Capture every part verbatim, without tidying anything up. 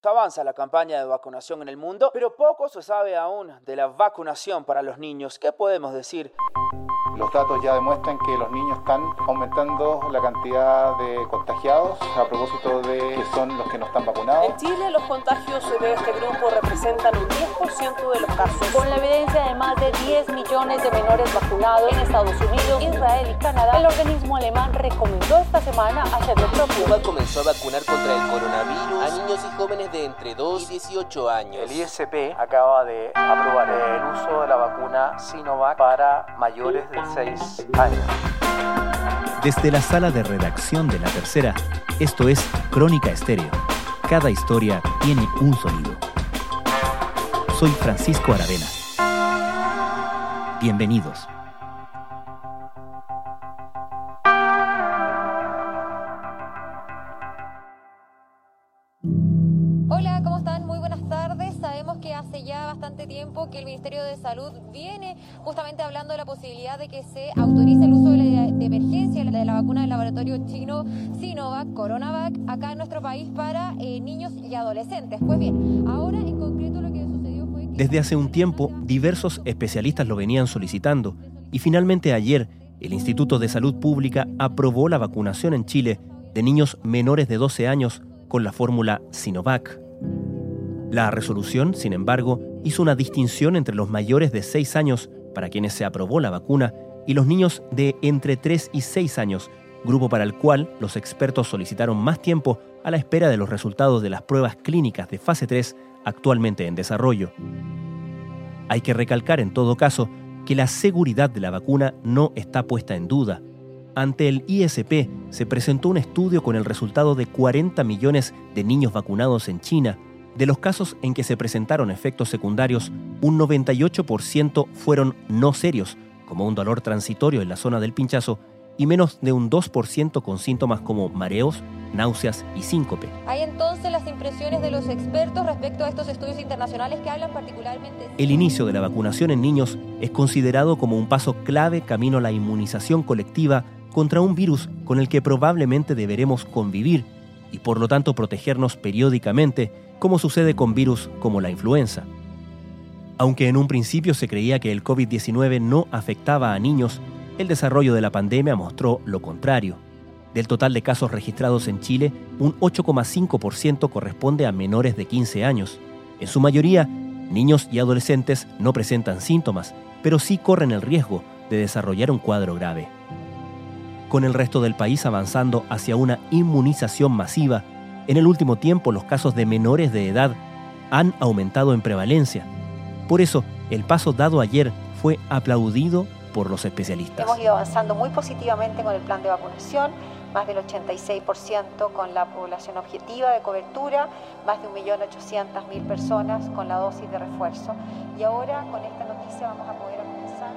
Avanza la campaña de vacunación en el mundo, pero poco se sabe aún de la vacunación para los niños. ¿Qué podemos decir? Los datos ya demuestran que los niños están aumentando la cantidad de contagiados a propósito de que son los que no están vacunados. En Chile los contagios de este grupo representan un diez por ciento de los casos. Con la evidencia de más de diez millones de menores vacunados en Estados Unidos, Israel y Canadá, el organismo alemán recomendó esta semana hacer lo propio. Cuba comenzó a vacunar contra el coronavirus a niños y jóvenes de entre dos y dieciocho años. El I S P acaba de aprobar el uso de la vacuna Sinovac para mayores de seis años. Desde la sala de redacción de La Tercera, esto es Crónica Estéreo. Cada historia tiene un sonido. Soy Francisco Aravena. Bienvenidos. Hola, ¿cómo están? Muy buenas tardes. Sabemos que hace ya bastante tiempo que el Ministerio de Salud viene justamente hablando de la posibilidad de que se autorice el uso de, la, de emergencia de la vacuna del laboratorio chino Sinovac, Coronavac, acá en nuestro país para eh, niños y adolescentes. Pues bien, ahora en concreto lo que sucedió fue que... Desde hace un tiempo, diversos especialistas lo venían solicitando y finalmente ayer el Instituto de Salud Pública aprobó la vacunación en Chile de niños menores de doce años con la fórmula Sinovac. La resolución, sin embargo, hizo una distinción entre los mayores de seis años, para quienes se aprobó la vacuna, y los niños de entre tres y seis años, grupo para el cual los expertos solicitaron más tiempo a la espera de los resultados de las pruebas clínicas de fase tres actualmente en desarrollo. Hay que recalcar, en todo caso, que la seguridad de la vacuna no está puesta en duda. Ante el I S P se presentó un estudio con el resultado de cuarenta millones de niños vacunados en China. De los casos en que se presentaron efectos secundarios, un noventa y ocho por ciento fueron no serios, como un dolor transitorio en la zona del pinchazo, y menos de un dos por ciento con síntomas como mareos, náuseas y síncope. Hay entonces las impresiones de los expertos respecto a estos estudios internacionales que hablan particularmente... El inicio de la vacunación en niños es considerado como un paso clave camino a la inmunización colectiva contra un virus con el que probablemente deberemos convivir y por lo tanto protegernos periódicamente, como sucede con virus como la influenza. Aunque en un principio se creía que el covid diecinueve no afectaba a niños, el desarrollo de la pandemia mostró lo contrario. Del total de casos registrados en Chile, un ocho coma cinco por ciento corresponde a menores de quince años. En su mayoría, niños y adolescentes no presentan síntomas, pero sí corren el riesgo de desarrollar un cuadro grave. Con el resto del país avanzando hacia una inmunización masiva, en el último tiempo los casos de menores de edad han aumentado en prevalencia. Por eso, el paso dado ayer fue aplaudido por los especialistas. Hemos ido avanzando muy positivamente con el plan de vacunación, más del ochenta y seis por ciento con la población objetiva de cobertura, más de un millón ochocientas mil personas con la dosis de refuerzo. Y ahora con esta noticia vamos a poder comenzar.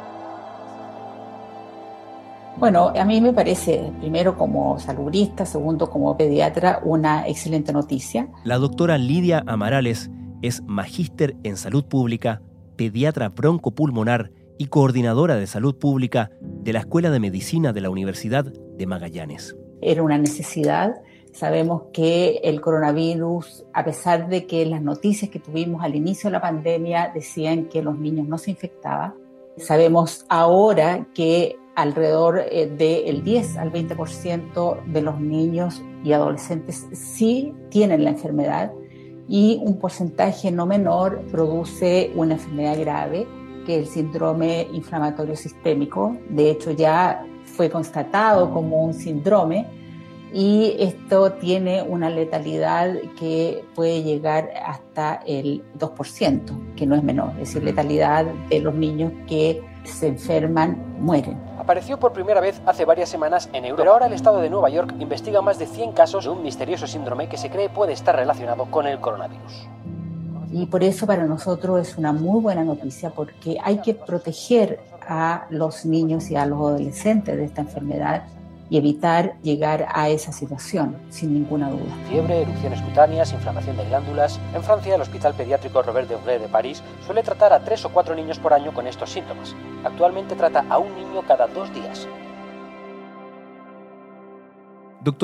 Bueno, a mí me parece, primero como salubrista, segundo como pediatra, una excelente noticia. La doctora Lidia Amarales es magíster en salud pública, pediatra broncopulmonar y coordinadora de salud pública de la Escuela de Medicina de la Universidad de Magallanes. Era una necesidad. Sabemos que el coronavirus, a pesar de que las noticias que tuvimos al inicio de la pandemia decían que los niños no se infectaban, sabemos ahora que alrededor del diez al veinte por ciento de los niños y adolescentes sí tienen la enfermedad y un porcentaje no menor produce una enfermedad grave, que es el síndrome inflamatorio sistémico. De hecho, ya fue constatado como un síndrome y esto tiene una letalidad que puede llegar hasta el dos por ciento, que no es menor, es decir, letalidad de los niños que se enferman, mueren. Apareció por primera vez hace varias semanas en Europa, pero ahora el estado de Nueva York investiga más de cien casos de un misterioso síndrome que se cree puede estar relacionado con el coronavirus. Y por eso para nosotros es una muy buena noticia, porque hay que proteger a los niños y a los adolescentes de esta enfermedad y evitar llegar a esa situación, sin ninguna duda. Fiebre, erupciones cutáneas, inflamación de glándulas. En Francia, el Hospital Pediátrico Robert Debré de París suele tratar a tres o cuatro niños por año con estos síntomas. Actualmente trata a un niño cada dos días. Doctora,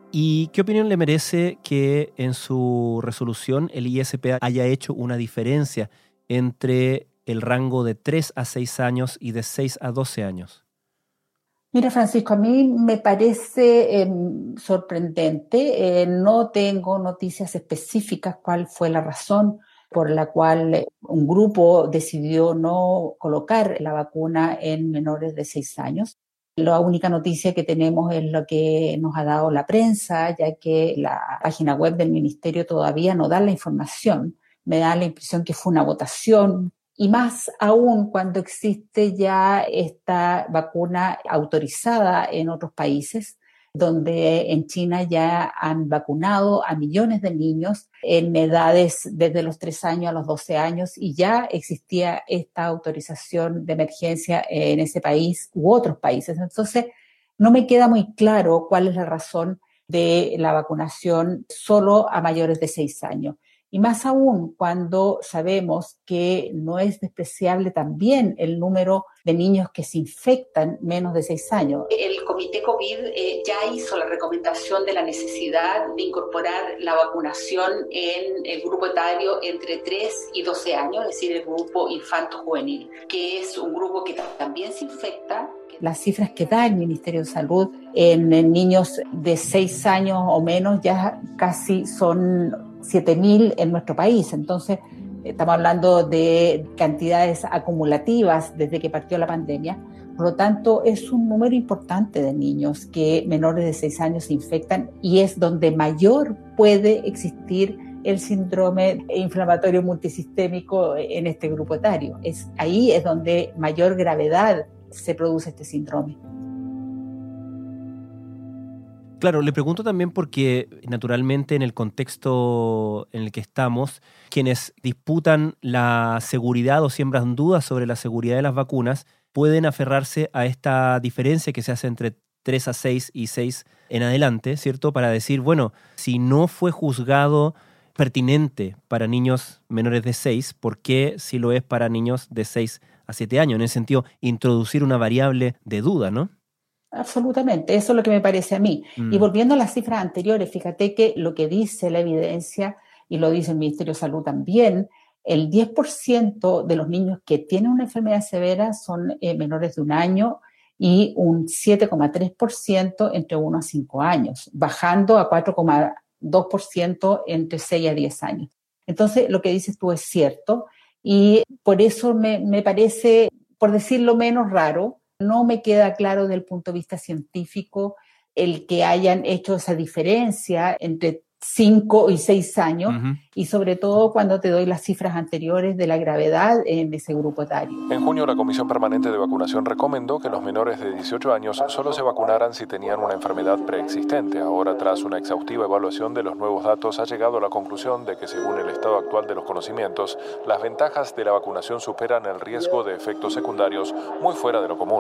¿Y qué opinión le merece que en su resolución el I S P haya hecho una diferencia entre el rango de tres a seis años y de seis a doce años? Mira, Francisco, a mí me parece eh, sorprendente. Eh, no tengo noticias específicas cuál fue la razón por la cual un grupo decidió no colocar la vacuna en menores de seis años. La única noticia que tenemos es lo que nos ha dado la prensa, ya que la página web del ministerio todavía no da la información. Me da la impresión que fue una votación, y más aún cuando existe ya esta vacuna autorizada en otros países, donde en China ya han vacunado a millones de niños en edades desde los tres años a los doce años, y ya existía esta autorización de emergencia en ese país u otros países. Entonces, no me queda muy claro cuál es la razón de la vacunación solo a mayores de seis años. Y más aún cuando sabemos que no es despreciable también el número de niños que se infectan menos de seis años. El Comité COVID eh, ya hizo la recomendación de la necesidad de incorporar la vacunación en el grupo etario entre tres y doce años, es decir, el grupo infanto-juvenil, que es un grupo que también se infecta. Las cifras que da el Ministerio de Salud en, en niños de seis años o menos ya casi son siete mil en nuestro país. Entonces, estamos hablando de cantidades acumulativas desde que partió la pandemia. Por lo tanto, es un número importante de niños que menores de seis años se infectan, y es donde mayor puede existir el síndrome inflamatorio multisistémico en este grupo etario. Es, ahí es donde mayor gravedad se produce este síndrome. Claro, le pregunto también porque, naturalmente, en el contexto en el que estamos, quienes disputan la seguridad o siembran dudas sobre la seguridad de las vacunas pueden aferrarse a esta diferencia que se hace entre tres a seis y seis en adelante, ¿cierto? Para decir, bueno, si no fue juzgado pertinente para niños menores de seis, ¿por qué si lo es para niños de seis a siete años? En ese sentido, introducir una variable de duda, ¿no? Absolutamente, eso es lo que me parece a mí. Mm. Y volviendo a las cifras anteriores, fíjate que lo que dice la evidencia, y lo dice el Ministerio de Salud también, el diez por ciento de los niños que tienen una enfermedad severa son eh, menores de un año, y un siete coma tres por ciento entre uno a cinco años, bajando a cuatro coma dos por ciento entre seis a diez años. Entonces, lo que dices tú es cierto, y por eso me, me parece, por decirlo menos, raro. No me queda claro desde el punto de vista científico el que hayan hecho esa diferencia entre cinco y seis años, uh-huh. y sobre todo cuando te doy las cifras anteriores de la gravedad en ese grupo etario. En junio, la Comisión Permanente de Vacunación recomendó que los menores de dieciocho años solo se vacunaran si tenían una enfermedad preexistente. Ahora, tras una exhaustiva evaluación de los nuevos datos, ha llegado a la conclusión de que, según el estado actual de los conocimientos, las ventajas de la vacunación superan el riesgo de efectos secundarios muy fuera de lo común.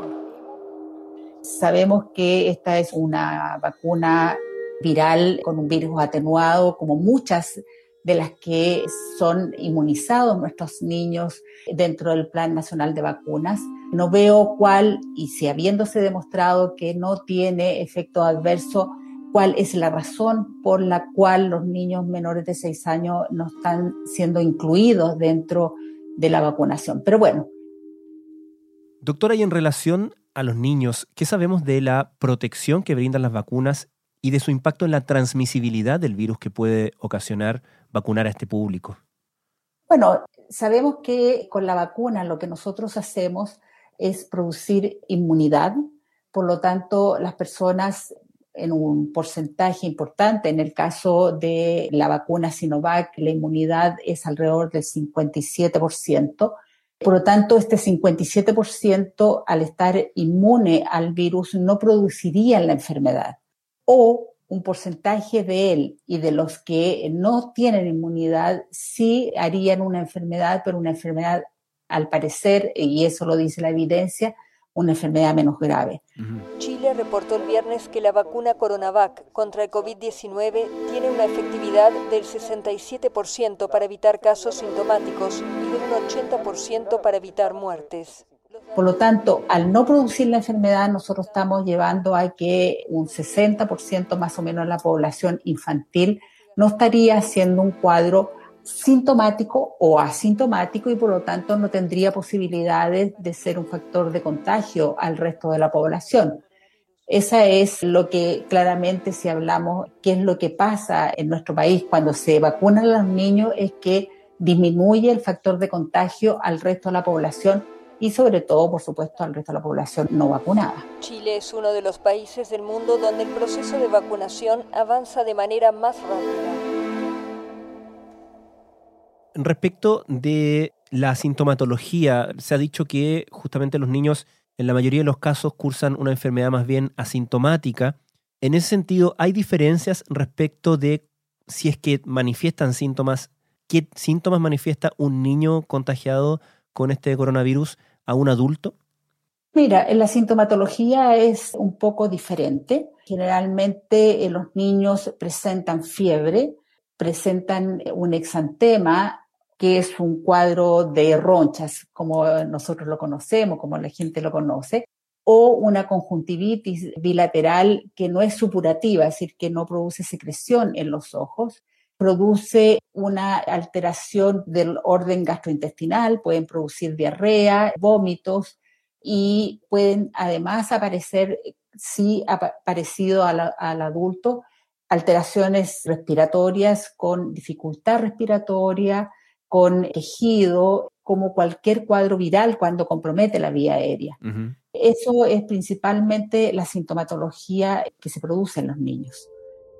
Sabemos que esta es una vacuna viral con un virus atenuado, como muchas de las que son inmunizados nuestros niños dentro del Plan Nacional de Vacunas. No veo cuál, y si habiéndose demostrado que no tiene efecto adverso, cuál es la razón por la cual los niños menores de seis años no están siendo incluidos dentro de la vacunación. Pero bueno. Doctora, y en relación a los niños, ¿qué sabemos de la protección que brindan las vacunas y de su impacto en la transmisibilidad del virus que puede ocasionar vacunar a este público? Bueno, sabemos que con la vacuna lo que nosotros hacemos es producir inmunidad. Por lo tanto, las personas en un porcentaje importante, en el caso de la vacuna Sinovac, la inmunidad es alrededor del cincuenta y siete por ciento. Por lo tanto, este cincuenta y siete por ciento, al estar inmune al virus, no produciría la enfermedad. O un porcentaje de él y de los que no tienen inmunidad sí harían una enfermedad, pero una enfermedad, al parecer, y eso lo dice la evidencia, una enfermedad menos grave. Uh-huh. Chile reportó el viernes que la vacuna Coronavac contra el covid diecinueve tiene una efectividad del sesenta y siete por ciento para evitar casos sintomáticos y de un ochenta por ciento para evitar muertes. Por lo tanto, al no producir la enfermedad, nosotros estamos llevando a que un sesenta por ciento más o menos de la población infantil no estaría haciendo un cuadro sintomático o asintomático y por lo tanto no tendría posibilidades de ser un factor de contagio al resto de la población. Esa es lo que claramente, si hablamos qué es lo que pasa en nuestro país cuando se vacunan a los niños, es que disminuye el factor de contagio al resto de la población y sobre todo, por supuesto, al resto de la población no vacunada. Chile es uno de los países del mundo donde el proceso de vacunación avanza de manera más rápida. Respecto de la sintomatología, se ha dicho que justamente los niños en la mayoría de los casos cursan una enfermedad más bien asintomática. En ese sentido, ¿hay diferencias respecto de si es que manifiestan síntomas? ¿Qué síntomas manifiesta un niño contagiado con este coronavirus a un adulto? Mira, la sintomatología es un poco diferente. Generalmente eh, los niños presentan fiebre, presentan un exantema, que es un cuadro de ronchas, como nosotros lo conocemos, como la gente lo conoce, o una conjuntivitis bilateral que no es supurativa, es decir, que no produce secreción en los ojos. Produce una alteración del orden gastrointestinal, pueden producir diarrea, vómitos y pueden además aparecer, sí, parecido al, al adulto, alteraciones respiratorias con dificultad respiratoria, con quejido, como cualquier cuadro viral cuando compromete la vía aérea. Uh-huh. Eso es principalmente la sintomatología que se produce en los niños.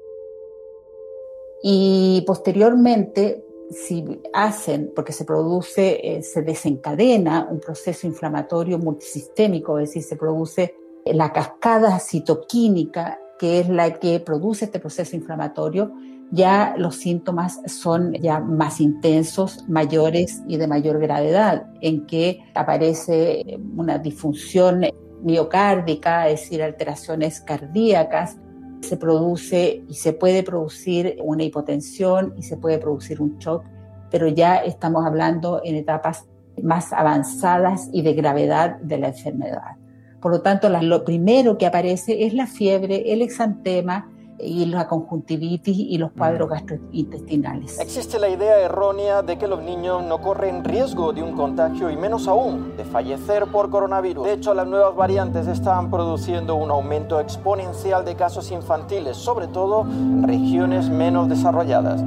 Y posteriormente, si hacen, porque se produce, eh, se desencadena un proceso inflamatorio multisistémico, es decir, se produce la cascada citoquímica, que es la que produce este proceso inflamatorio, ya los síntomas son ya más intensos, mayores y de mayor gravedad, en que aparece una disfunción miocárdica, es decir, alteraciones cardíacas, se produce y se puede producir una hipotensión y se puede producir un shock, pero ya estamos hablando en etapas más avanzadas y de gravedad de la enfermedad. Por lo tanto, lo primero que aparece es la fiebre, el exantema y la conjuntivitis y los cuadros gastrointestinales. Existe la idea errónea de que los niños no corren riesgo de un contagio y menos aún de fallecer por coronavirus. De hecho, las nuevas variantes están produciendo un aumento exponencial de casos infantiles, sobre todo en regiones menos desarrolladas.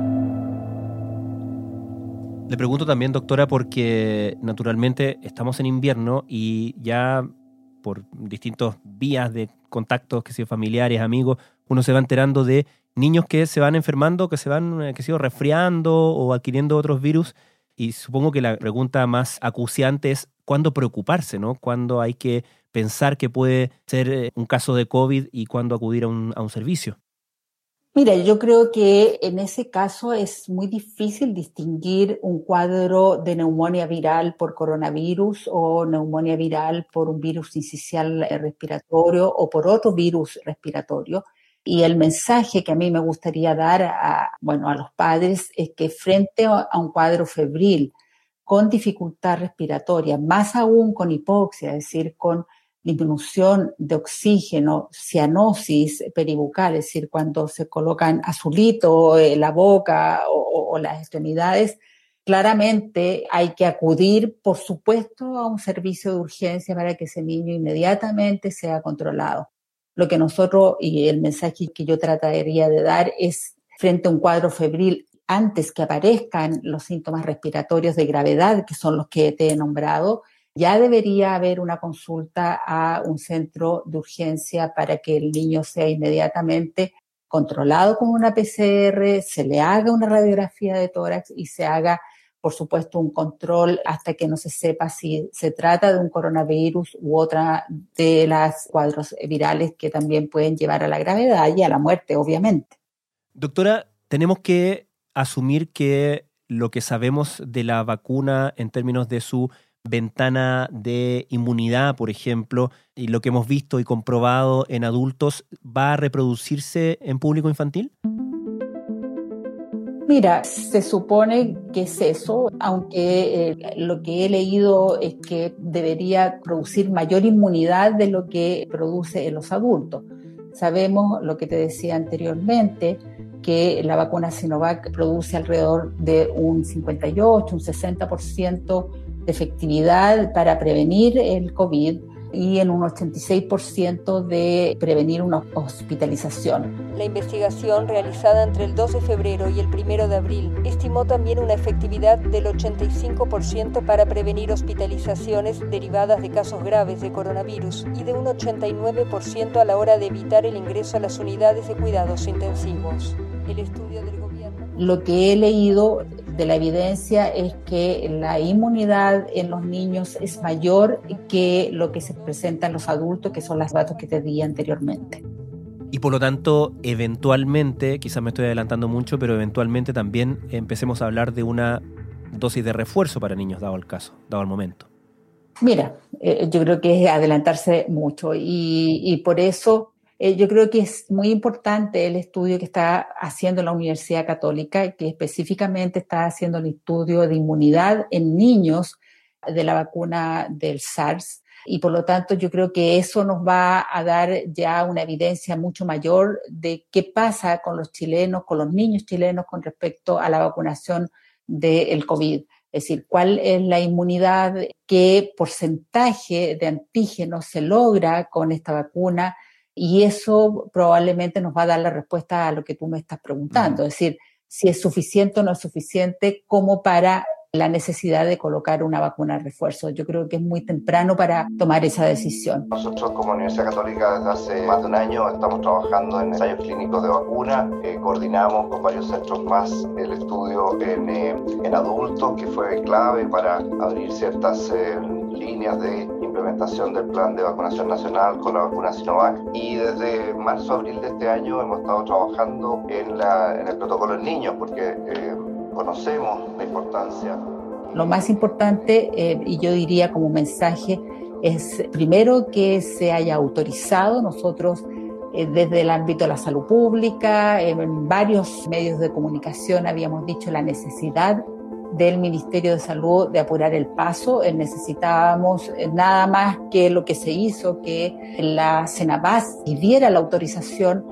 Le pregunto también, doctora, porque naturalmente estamos en invierno y ya por distintos vías de contactos, que sea familiares, amigos, uno se va enterando de niños que se van enfermando, que se van que se van resfriando o adquiriendo otros virus. Y supongo que la pregunta más acuciante es ¿cuándo preocuparse, ¿no? ¿Cuándo hay que pensar que puede ser un caso de COVID y cuándo acudir a un, a un servicio? Mira, yo creo que en ese caso es muy difícil distinguir un cuadro de neumonía viral por coronavirus o neumonía viral por un virus sincicial respiratorio o por otro virus respiratorio. Y el mensaje que a mí me gustaría dar a, bueno, a los padres es que frente a un cuadro febril con dificultad respiratoria, más aún con hipoxia, es decir, con disminución de oxígeno, cianosis peribucal, es decir, cuando se colocan azulito en la boca o, o las extremidades, claramente hay que acudir, por supuesto, a un servicio de urgencia para que ese niño inmediatamente sea controlado. Lo que nosotros, y el mensaje que yo trataría de dar es, frente a un cuadro febril, antes que aparezcan los síntomas respiratorios de gravedad, que son los que te he nombrado, ya debería haber una consulta a un centro de urgencia para que el niño sea inmediatamente controlado con una P C R, se le haga una radiografía de tórax y se haga, por supuesto, un control hasta que no se sepa si se trata de un coronavirus u otra de las cuadros virales que también pueden llevar a la gravedad y a la muerte, obviamente. Doctora, tenemos que asumir que lo que sabemos de la vacuna en términos de su ventana de inmunidad, por ejemplo, y lo que hemos visto y comprobado en adultos, ¿va a reproducirse en público infantil? Mira, se supone que es eso, aunque eh, lo que he leído es que debería producir mayor inmunidad de lo que produce en los adultos. Sabemos, lo que te decía anteriormente, que la vacuna Sinovac produce alrededor de un cincuenta y ocho, un sesenta por ciento de efectividad para prevenir el COVID y en un ochenta y seis por ciento de prevenir una hospitalización. La investigación realizada entre el dos de febrero y el primero de abril estimó también una efectividad del ochenta y cinco por ciento para prevenir hospitalizaciones derivadas de casos graves de coronavirus y de un ochenta y nueve por ciento a la hora de evitar el ingreso a las unidades de cuidados intensivos. El estudio del gobierno... Lo que he leído de la evidencia es que la inmunidad en los niños es mayor que lo que se presenta en los adultos, que son los datos que te di anteriormente. Y por lo tanto, eventualmente, quizás me estoy adelantando mucho, pero eventualmente también empecemos a hablar de una dosis de refuerzo para niños, dado el caso, dado el momento. Mira, eh, yo creo que es adelantarse mucho y, y por eso eh, yo creo que es muy importante el estudio que está haciendo la Universidad Católica, que específicamente está haciendo el estudio de inmunidad en niños de la vacuna del SARS. Y por lo tanto yo creo que eso nos va a dar ya una evidencia mucho mayor de qué pasa con los chilenos, con los niños chilenos con respecto a la vacunación del COVID. Es decir, cuál es la inmunidad, qué porcentaje de antígenos se logra con esta vacuna, y eso probablemente nos va a dar la respuesta a lo que tú me estás preguntando. Es decir, si es suficiente o no es suficiente como para la necesidad de colocar una vacuna de refuerzo. Yo creo que es muy temprano para tomar esa decisión. Nosotros como Universidad Católica desde hace más de un año estamos trabajando en ensayos clínicos de vacuna, eh, coordinamos con varios centros más el estudio en, eh, en adultos, que fue clave para abrir ciertas eh, líneas de implementación del plan de vacunación nacional con la vacuna Sinovac, y desde marzo-abril de este año hemos estado trabajando en, la, en el protocolo en niños, porque eh, conocemos la importancia. Lo más importante, eh, y yo diría como mensaje, es primero que se haya autorizado. Nosotros eh, desde el ámbito de la salud pública, eh, en varios medios de comunicación habíamos dicho la necesidad del Ministerio de Salud de apurar el paso. Eh, necesitábamos eh, nada más que lo que se hizo, que la Senabas diera la autorización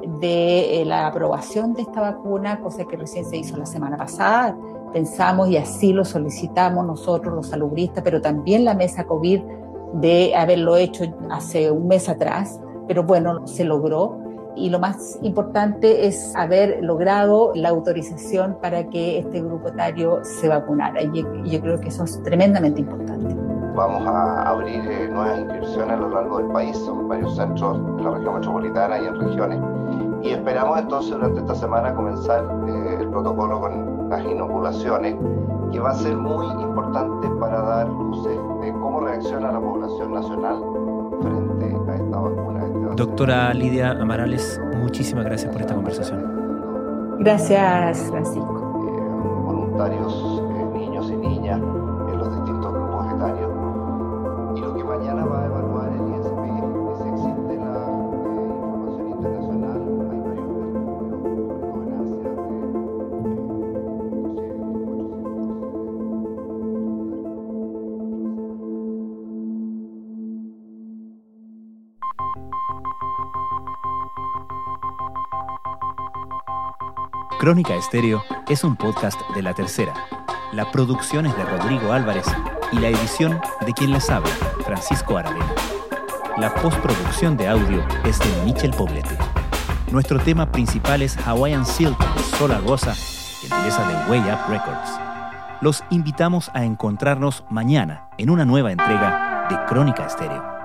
de eh, la aprobación de esta vacuna, cosa que recién se hizo la semana pasada. Pensamos, y así lo solicitamos nosotros los salubristas, pero también la mesa COVID, de haberlo hecho hace un mes atrás, pero bueno, se logró. Y lo más importante es haber logrado la autorización para que este grupo etario se vacunara. Y yo creo que eso es tremendamente importante. Vamos a abrir eh, nuevas inscripciones a lo largo del país, son varios centros en la región metropolitana y en regiones. Y esperamos entonces durante esta semana comenzar eh, el protocolo con las inoculaciones, que va a ser muy importante para dar luces de cómo reacciona la población nacional frente a esta vacuna. Este Doctora Lidia Amarales, muchísimas gracias por esta conversación. Gracias, Francisco. Eh, voluntarios, eh, niños y niñas en los distintos grupos etarios. Y lo que mañana va a evaluar el I S P es si existe la eh, información internacional. Hay varios Crónica Estéreo es un podcast de La Tercera. La producción es de Rodrigo Álvarez y la edición de quien les habla, Francisco Aravena. La postproducción de audio es de Michel Poblete. Nuestro tema principal es Hawaiian Silk de Sola Rosa, gentileza de Way Up Records. Los invitamos a encontrarnos mañana en una nueva entrega de Crónica Estéreo.